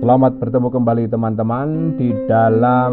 Selamat bertemu kembali teman-teman di dalam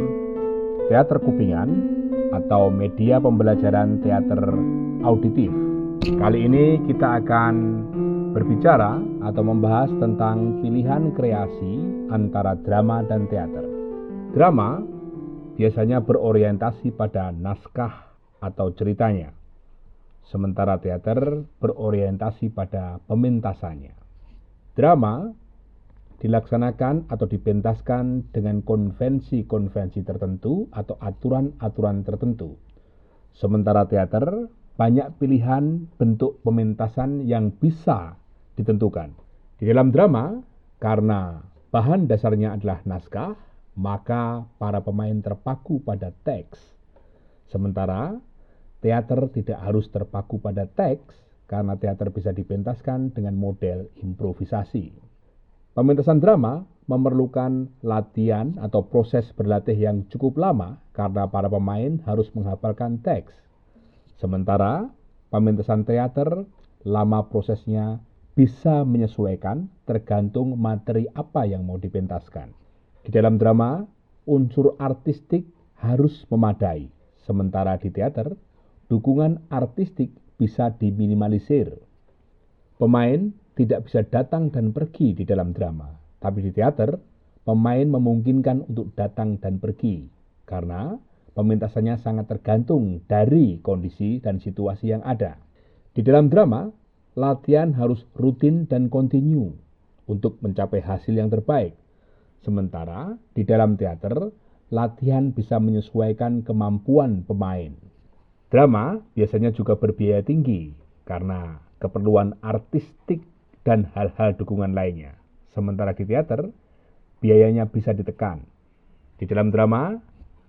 Teater Kupingan atau media pembelajaran teater auditif. Kali ini kita akan berbicara atau membahas tentang pilihan kreasi antara drama dan teater. Drama biasanya berorientasi pada naskah atau ceritanya, sementara teater berorientasi pada pementasannya. Drama dilaksanakan atau dipentaskan dengan konvensi-konvensi tertentu atau aturan-aturan tertentu. Sementara teater banyak pilihan bentuk pementasan yang bisa ditentukan. Di dalam drama, karena bahan dasarnya adalah naskah, maka para pemain terpaku pada teks. Sementara teater tidak harus terpaku pada teks karena teater bisa dipentaskan dengan model improvisasi. Pementasan drama memerlukan latihan atau proses berlatih yang cukup lama karena para pemain harus menghafalkan teks. Sementara pementasan teater, lama prosesnya bisa menyesuaikan tergantung materi apa yang mau dipentaskan. Di dalam drama, unsur artistik harus memadai. Sementara di teater, dukungan artistik bisa diminimalisir. Pemain tidak bisa datang dan pergi di dalam drama, tapi di teater, pemain memungkinkan untuk datang dan pergi, karena pementasannya sangat tergantung dari kondisi dan situasi yang ada. Di dalam drama, latihan harus rutin dan kontinu untuk mencapai hasil yang terbaik. Sementara di dalam teater, latihan bisa menyesuaikan kemampuan pemain. Drama biasanya juga berbiaya tinggi, karena keperluan artistik dan hal-hal dukungan lainnya. Sementara di teater, biayanya bisa ditekan. Di dalam drama,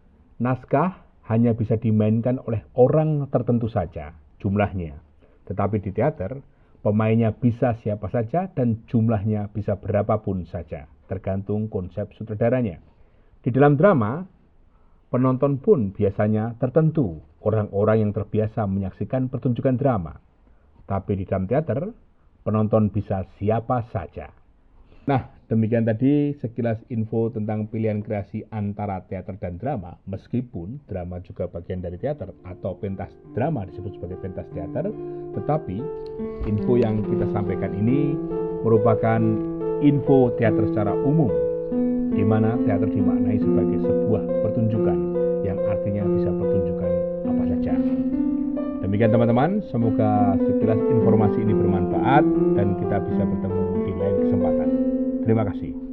naskah hanya bisa dimainkan oleh orang tertentu saja jumlahnya. Tetapi di teater, pemainnya bisa siapa saja dan jumlahnya bisa berapapun saja, tergantung konsep sutradaranya. Di dalam drama, penonton pun biasanya tertentu, orang-orang yang terbiasa menyaksikan pertunjukan drama. Tapi di dalam teater, penonton bisa siapa saja. Nah, demikian tadi sekilas info tentang pilihan kreasi antara teater dan drama. Meskipun drama juga bagian dari teater atau pentas drama disebut sebagai pentas teater, tetapi info yang kita sampaikan ini merupakan info teater secara umum, di mana teater dimaknai sebagai sebuah pertunjukan yang artinya bisa pertunjukan apa saja. Demikian teman-teman, semoga sekilas informasi ini bermanfaat dan kita bisa bertemu di lain kesempatan. Terima kasih.